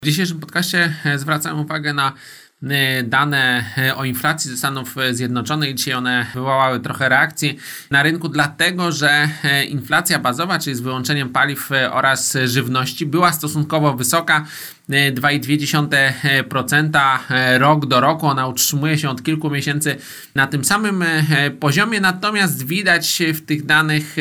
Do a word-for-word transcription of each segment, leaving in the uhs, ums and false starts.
W dzisiejszym podcaście zwracam uwagę na dane o inflacji ze Stanów Zjednoczonych. Dzisiaj one wywołały trochę reakcji na rynku, dlatego że inflacja bazowa, czyli z wyłączeniem paliw oraz żywności, była stosunkowo wysoka. dwa przecinek dwa procent rok do roku. Ona utrzymuje się od kilku miesięcy na tym samym poziomie, natomiast widać w tych danych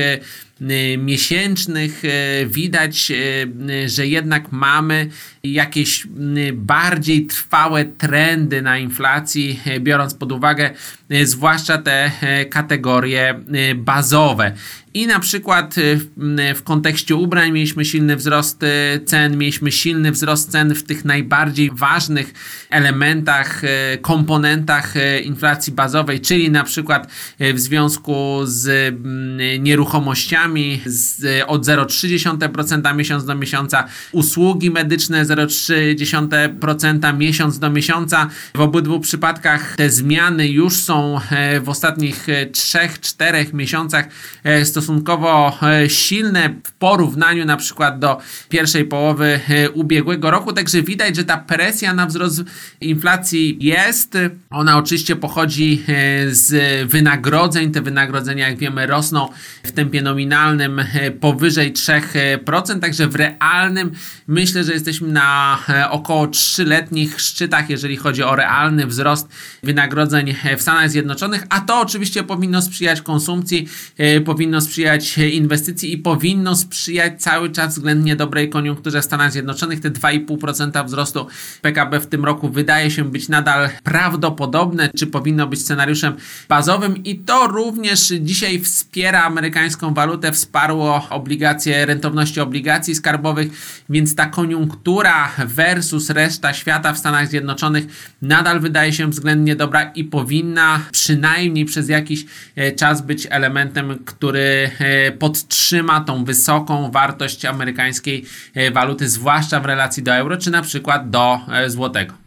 miesięcznych, widać, że jednak mamy jakieś bardziej trwałe trendy na inflacji, biorąc pod uwagę zwłaszcza te kategorie bazowe. I na przykład w kontekście ubrań mieliśmy silny wzrost cen, mieliśmy silny wzrost cen w tych najbardziej ważnych elementach, komponentach inflacji bazowej, czyli na przykład w związku z nieruchomościami z, od zero przecinek trzy procent miesiąc do miesiąca, usługi medyczne zero przecinek trzy procent miesiąc do miesiąca. W obydwu przypadkach te zmiany już są w ostatnich trzech czterech miesiącach stosunkowo silne w porównaniu na przykład do pierwszej połowy ubiegłego roku, także widać, że ta presja na wzrost inflacji jest. Ona oczywiście pochodzi z wynagrodzeń. Te wynagrodzenia, jak wiemy, rosną w tempie nominalnym powyżej trzy procent, także w realnym myślę, że jesteśmy na około trzyletnich szczytach, jeżeli chodzi o realny wzrost wynagrodzeń w Stanach Zjednoczonych, a to oczywiście powinno sprzyjać konsumpcji, powinno sprzyjać inwestycji i powinno sprzyjać cały czas względnie dobrej koniunkturze w Stanach Zjednoczonych. Te dwa i pół procent wzrostu P K B w tym roku wydaje się być nadal prawdopodobne, czy powinno być scenariuszem bazowym, i to również dzisiaj wspiera amerykańską walutę, wsparło obligacje, rentowności obligacji skarbowych, więc ta koniunktura versus reszta świata w Stanach Zjednoczonych nadal wydaje się względnie dobra i powinna przynajmniej przez jakiś czas być elementem, który podtrzyma tą wysoką wartość amerykańskiej waluty, zwłaszcza w relacji do euro, czy na przykład do złotego.